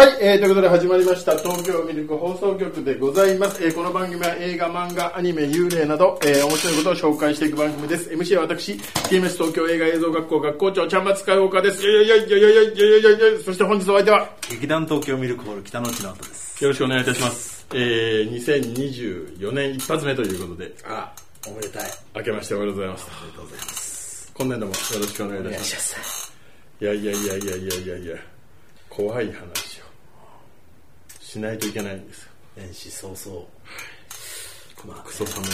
はい、ということで始まりました東京ミルク放送局でございます。この番組は映画、漫画、アニメ、幽霊など、面白いことを紹介していく番組です。MC は私 TMS 東京映画映像学校学校長ちゃんまつかようかです。そして本日のお相手は劇団東京ミルクホール北野内直人です。 よろしくお願いいたします。2024年一発目ということで、 おめでたい。 明けましておめでとうございます。 おめでとうございます。 今年度もよろしくお願いいたします。いや怖い話をしないといけないんですよ。 年始早々、 クソ寒い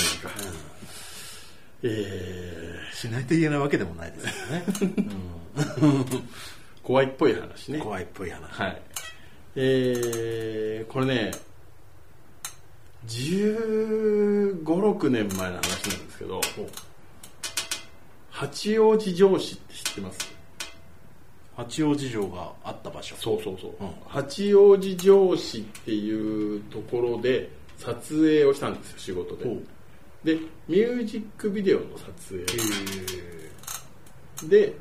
中、 しないといけないわけでもないですよね。 怖いっぽい話ね。 怖いっぽい話。 はい。これね、15、6年前の話なんですけど、八王子城址って知ってます？ 八王子城があった場所。 そう、八王子城址っていうところで撮影をしたんですよ、仕事で。でミュージックビデオの撮影で、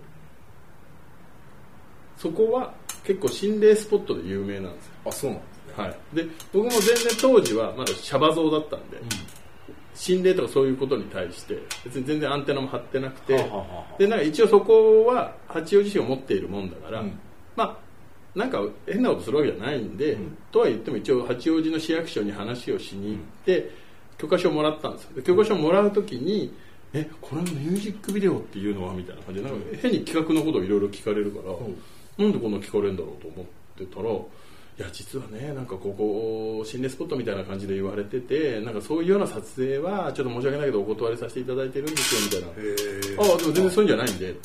そこは結構心霊スポットで有名なんですよ。 あ、そうなんですね。 はい。で僕も全然当時はまだシャバ像だったんで、心霊とかそういうことに対して別に全然アンテナも張ってなくて、でなんか一応そこは八王子市を持っているもんだから、まあなんか変なことするわけじゃないんで、とは言っても一応八王子の市役所に話をしに行って、許可証をもらったんですよ。で許可証をもらうときにこれのミュージックビデオっていうのはみたいな感じでなんか変に企画のことをいろいろ聞かれるから、なんでこんな聞かれるんだろうと思ってたら、いや実はね、なんかここ心霊スポットみたいな感じで言われてて、なんかそういうような撮影はちょっと申し訳ないけどお断りさせていただいてるんですよみたいな。でも全然そういうんじゃないんで、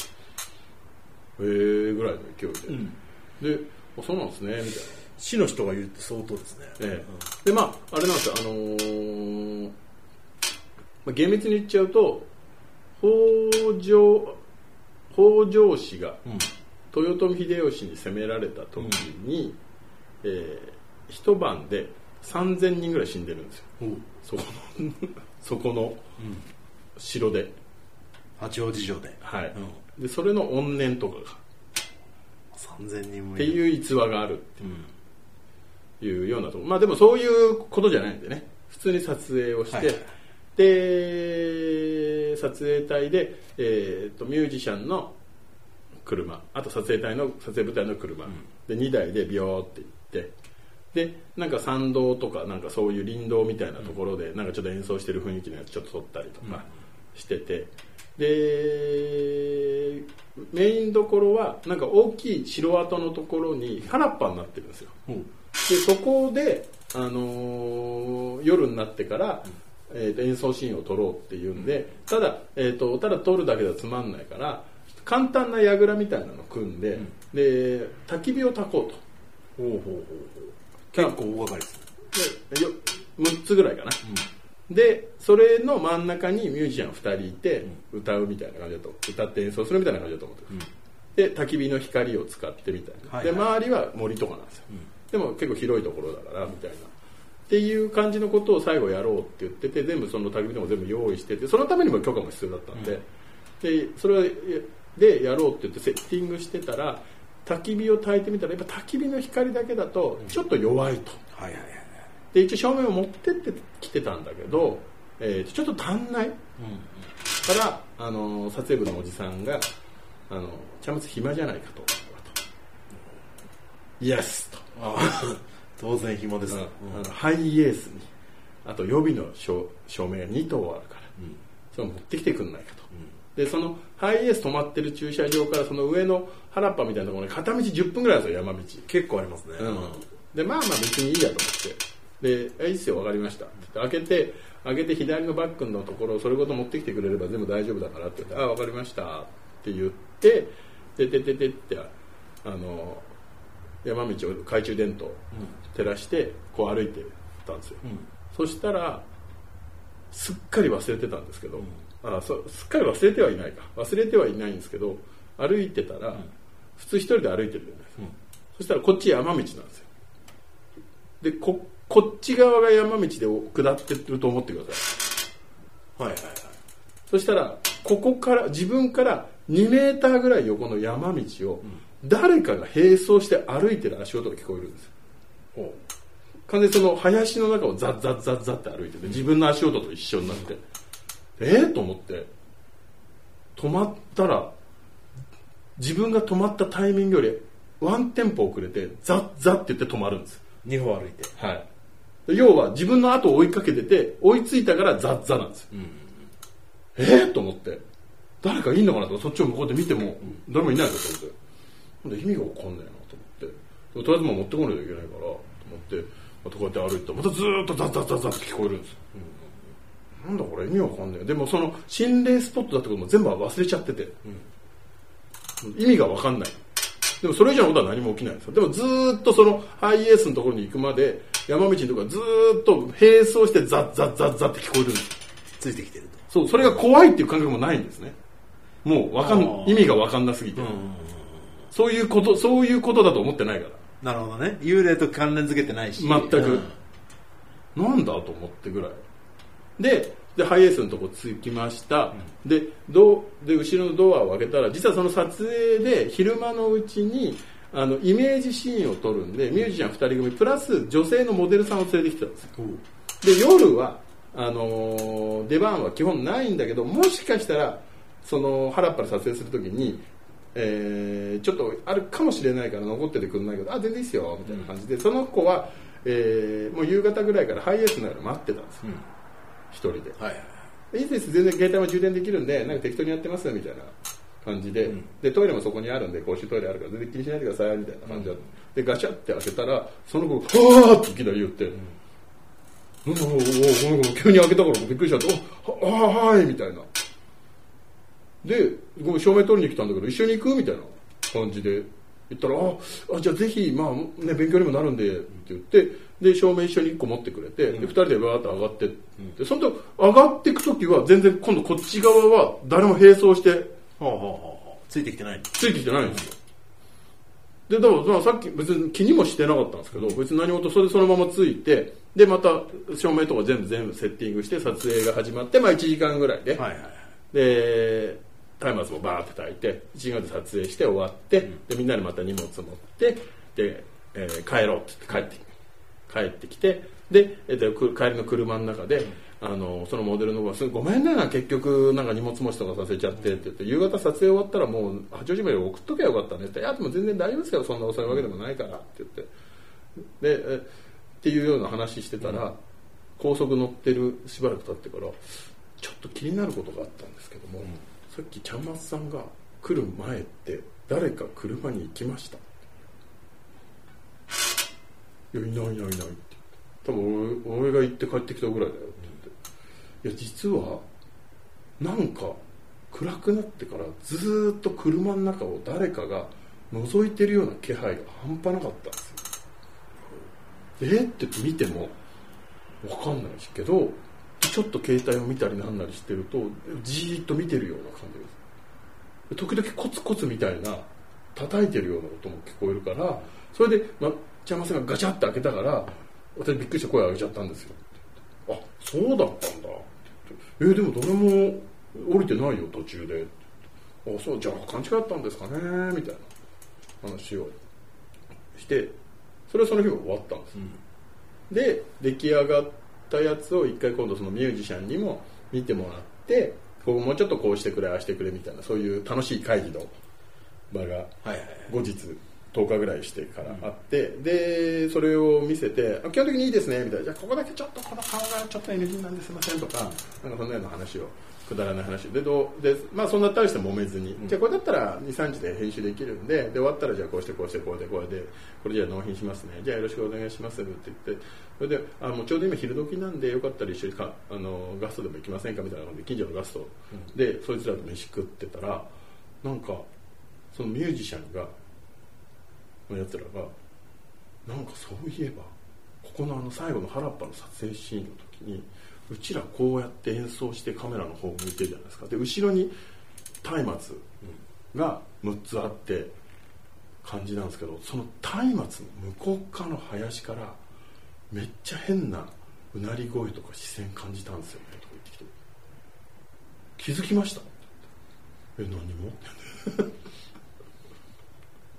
ぐらいの勢いで、でそうなんですねみたいな。 市の人が言うって相当ですね。 でまああれなんですよ、厳密に言っちゃうと北条氏が豊臣秀吉に攻められた時に、一晩で3000人ぐらい死んでるんですよ、そこの城で、 八王子城で、 でそれの怨念とかが 3000人もっていう逸話があるっていうようなところ。まあでもそういうことじゃないんでね、普通に撮影をして、で撮影隊で、ミュージシャンの車、あと撮影部隊の車、で2台でビョーって行って、でなんか参道とかなんかそういう林道みたいなところでなんかちょっと演奏してる雰囲気のやつちょっと撮ったりとかしてて、でメインどころはなんか大きい城跡のところに原っぱになってるんですよ。でそこで、夜になってから、演奏シーンを撮ろうっていうんで、ただ撮るだけではつまんないから簡単な櫓みたいなのを組んで、で焚き火を焚こうと。 結構大掛かりですね。 6つぐらいかな、でそれの真ん中にミュージシャン2人いて、歌うみたいな感じだと、歌って演奏するみたいな感じだと思って、で焚き火の光を使ってみたいな、で周りは森とかなんですよ、でも結構広いところだからみたいなっていう感じのことを最後やろうって言ってて、全部その焚き火とか全部用意してて、そのためにも許可も必要だったんで、でそれでやろうって言ってセッティングしてたら、焚き火を焚いてみたらやっぱ焚き火の光だけだとちょっと弱いと、で一応照明を持ってってきてたんだけど、ちょっと足んない、から撮影部のおじさんがちゃんと暇じゃないかと、イエスと当然暇です、 ハイエースにあと予備の照明が2灯あるから、それを持ってきてくんないかと、でそのハイエース止まってる駐車場からその上の原っぱみたいなところに片道10分ぐらいですよ、山道結構ありますね、 でまあ別にいいやと思って、でいいっすよ分かりましたって開けて左のバッグのところをそれごと持ってきてくれれば全部大丈夫だからって言って、分かりましたって言って、って山道を懐中電灯照らしてこう歩いてたんですよ、そしたらすっかり忘れてたんですけど、すっかり忘れてはいないか、忘れてはいないんですけど、歩いてたら、普通一人で歩いてるじゃないですか、そしたらこっち山道なんですよ。でこっち側が山道で下ってると思ってください。そしたらここから自分から2メーターぐらい横の山道を誰かが並走して歩いてる足音が聞こえるんですよ。 完全にその林の中をザッザッザッザッって歩いてて、自分の足音と一緒になって、と思って止まったら、自分が止まったタイミングよりワンテンポ遅れてザッザッって言って止まるんです。 2歩歩いて、 はい、要は自分の後を追いかけてて追いついたからザッザなんですよ、と思って、誰かいんのかなとか、そっちを向こうで見ても誰もいないかと思って、意味が分かんないなと思って、とりあえずもう持ってこないといけないからと思って、またこうやって歩いてまたずーっとザッザッザッザッって聞こえるんですよ、なんだこれ意味わかんない。でもその心霊スポットだってことも全部忘れちゃってて、意味がわかんない。でもそれ以上のことは何も起きないんですよ。でもずーっとそのハイエースのところに行くまで山道のところがずーっと並走してザッザッザッザッって聞こえるんです。 ついてきてると。 そう、それが怖いっていう感覚もないんですね。もう意味がわかんなすぎて、そういうことだと思ってないから。 なるほどね。幽霊と関連づけてないし。 全く、なんだと思ってぐらいでハイエースのとこ着きました、で後ろのドアを開けたら、実はその撮影で昼間のうちにイメージシーンを撮るんで、ミュージシャン2人組プラス女性のモデルさんを連れてきてたんですよ。で夜は出番は基本ないんだけど、もしかしたらその原っぱで撮影するときに、ちょっとあるかもしれないから残っててくんないけど、全然いいっすよみたいな感じで、その子は、もう夕方ぐらいからハイエースの中で待ってたんですよ、一人で、いいです全然携帯も充電できるんでなんか適当にやってますみたいな感じで、でトイレもそこにあるんで公衆トイレあるから全然気にしないでくださいみたいな感じで、ガチャって開けたらその子がわーっていきなり言って、急に開けたからびっくりしちゃって、はいみたいなで、ごめん照明取りに来たんだけど一緒に行くみたいな感じで言ったら、じゃあぜひ、勉強にもなるんでって言って、で照明一緒に1個持ってくれて、で2人でバーッと上がってって、その時上がっていく時は全然今度こっち側は誰も並走して、 ついてきてないんですよ。でだからさっき別に気にもしてなかったんですけど、別に何事それでそのままついて、でまた照明とか全部セッティングして撮影が始まって、1時間ぐらいで、で松明もバーって焚いて1時間で撮影して終わって、でみんなでまた荷物持ってで、帰ろうって言って帰ってきて、で、帰りの車の中で、そのモデルの子がごめんね結局なんか荷物持ちとかさせちゃってって言って、夕方撮影終わったらもう八王子まで送っとけばよかったねって、でも全然大丈夫ですよそんな遅いわけでもないからって言って、でっていうような話してたら、高速乗ってるしばらく経ってからちょっと気になることがあったんですけども、さっきちゃんまつさんが来る前って誰か車に行きました？いやいないって、多分俺が行って帰ってきたぐらいだよって言って、いや実はなんか暗くなってからずーっと車の中を誰かが覗いてるような気配が半端なかったんですよ。って見ても分かんないしけど、ちょっと携帯を見たりなんなりしてるとじーっと見てるような感じです。時々コツコツみたいな叩いてるような音も聞こえるから、それでちゃんまさんがガチャって開けたから私びっくりして声を上げちゃったんですよ。そうだったんだって言って、でも誰も降りてないよ途中で。そうじゃあ勘違いだったんですかねみたいな話をして、それはその日が終わったんです、で出来上がったやつを一回今度そのミュージシャンにも見てもらって、ここもうちょっとこうしてくれああしてくれみたいな、そういう楽しい会議の場が後日10日ぐらいしてからあって、でそれを見せて基本的にいいですねみたいな、じゃあここだけちょっとこの顔がちょっと NG なんですいませんとか、なんかそんなような話をくだらない話でそんな大して揉めずに、じゃあこれだったら 2,3 日で編集できるんで、終わったらじゃあこうしてこうしてこうでこれじゃあ納品しますね、じゃあよろしくお願いしますって言って、それでもうちょうど今昼時なんでよかったら一緒にガストでも行きませんかみたいなので近所のガストでそいつらと飯食ってたら、なんかそのミュージシャンのやつらがなんかそういえばここの最後の原っぱの撮影シーンの時にうちらこうやって演奏してカメラの方を向いてるじゃないですか。で後ろに松明が6つあって感じなんですけど、その松明の向こう側の林からめっちゃ変なうなり声とか視線感じたんですよねとか言ってきて、気づきました？何も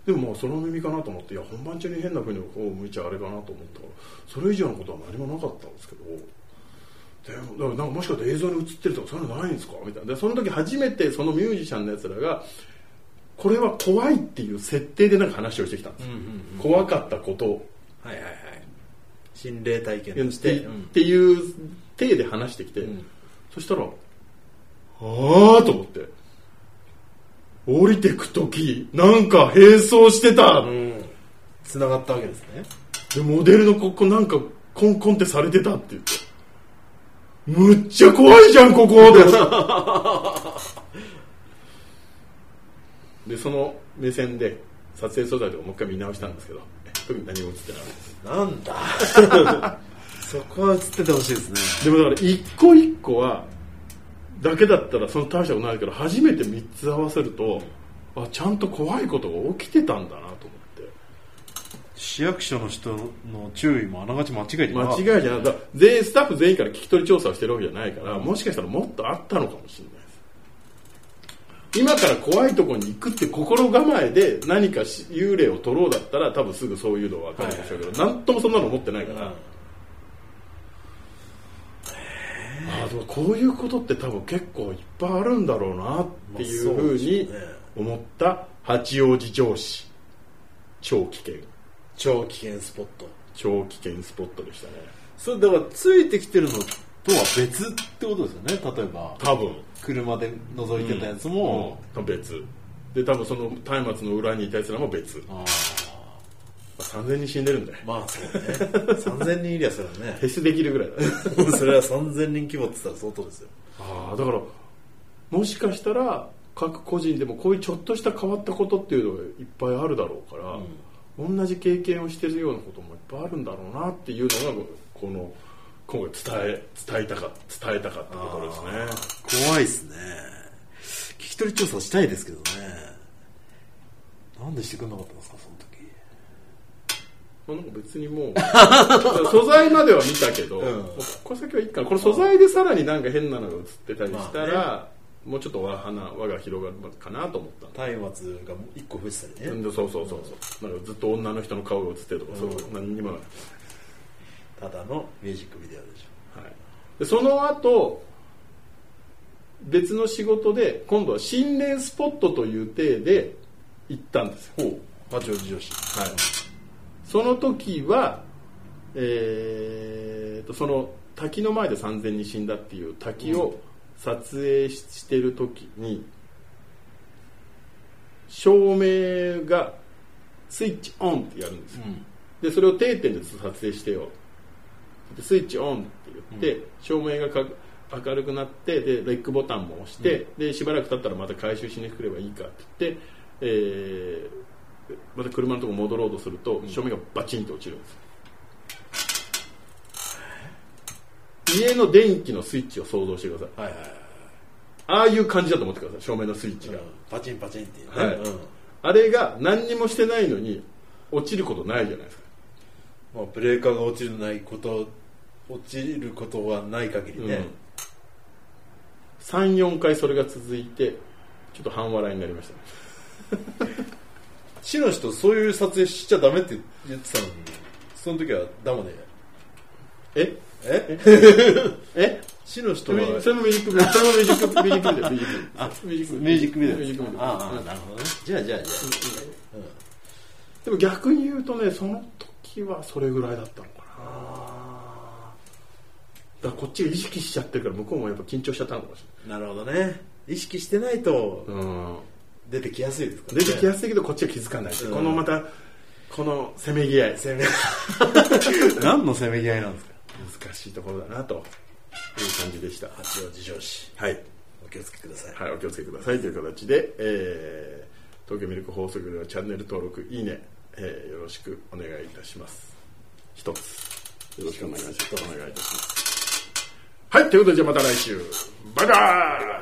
でもまあ空耳かなと思って、いや本番中に変な風にこう向いちゃあれかなと思ったら、それ以上のことは何もなかったんですけど、でもなんかもしかして映像に映ってるとかそういうのないんですかみたいな。でその時初めてそのミュージシャンのやつらがこれは怖いっていう設定でなんか話をしてきたんです、怖かったことを、 はいはいはい、心霊体験としてっていう体で話してきて、そしたらあーと思って、降りてく時なんか並走してた、 繋がったわけですね。 でモデルのここなんかコンコンってされてたって言って、むっちゃ怖いじゃんここでその目線で撮影素材とかもう一回見直したんですけど、特に何も映ってなかったです。 なんだそこは映っててほしいですね。 でもだから一個一個はだけだったらその大したことないけど、初めて3つ合わせると、あちゃんと怖いことが起きてたんだなと思って。 市役所の人の注意もあながち間違いじゃない。 間違いじゃない。だ全員スタッフ全員から聞き取り調査をしてるわけじゃないから、もしかしたらもっとあったのかもしれないです。今から怖いところに行くって心構えで何か幽霊を取ろうだったら多分すぐそういうのは分かるでしょうけど、なんともそんなの思ってないから、でもこういうことって多分結構いっぱいあるんだろうなっていうふうに思った八王子城址、超危険スポット、 超危険スポットでしたね。 それだからついてきてるのとは別ってことですよね。例えば多分車で覗いてたやつも、 別で、多分その松明の裏にいたやつらも別。3000人死んでるんだよ。 まあそうね3000人いりゃそれはねフェスできるぐらいだねそれは3000人規模って言ったら相当ですよ。 だからもしかしたら各個人でもこういうちょっとした変わったことっていうのがいっぱいあるだろうから、同じ経験をしてるようなこともいっぱいあるんだろうなっていうのがこの今回伝えたかったことですね。 怖いですね。聞き取り調査したいですけどね。なんでしてくれなかったんですかその時。 なんか別にもう素材までは見たけど、ここ先はいいかな。この素材でさらになんか変なのが映ってたりしたら、もうちょっと輪が広がるかなと思った。 松明が1個増えてたりね。 そうなんかずっと女の人の顔が映ってるとか、そう何にもない。 ただのミュージックビデオでしょ。 はい。でその後別の仕事で今度は心霊スポットという体で行ったんですよ。 八王子女子。 はい。その時は、その滝の前で3000人死んだっていう滝を撮影してる時に、照明がスイッチオンってやるんですよ。でそれを定点で撮影してよ。でスイッチオンって言って、照明が明るくなって、でレックボタンも押して、でしばらく経ったらまた回収しに来ればいいかって言って、また車のとこ戻ろうとすると、照明がバチンと落ちるんですよ。家の電気のスイッチを想像してください。ああいう感じだと思ってください。照明のスイッチが、 パチンパチンっていうね。あれが何にもしてないのに落ちることないじゃないですか。 ブレーカーが落ちることはない限りね、 3,4 回それが続いてちょっと半笑いになりましたね市の人そういう撮影しちゃダメって言ってたのに、その時はダメで市の人はそれもミュージックビデオ、ミュージックビデオなるほどね。じゃあでも逆に言うとね、その時はそれぐらいだったのかな。だからこっちが意識しちゃってるから向こうもやっぱ緊張しちゃったのかもしれない。 なるほどね。意識してないと出てきやすいですからね。 出てきやすいけどこっちは気づかない、このまたこのせめぎ合い何のせめぎ合いなんですか。 難しいところだなという感じでした。 八王子城址、お気をつけください。 お気をつけくださいという形で、東京ミルク放送局ではチャンネル登録、いいね、よろしくお願いいたします。一つよろしくお願いいたします。はい、ということでじゃあまた来週、バイバーイ。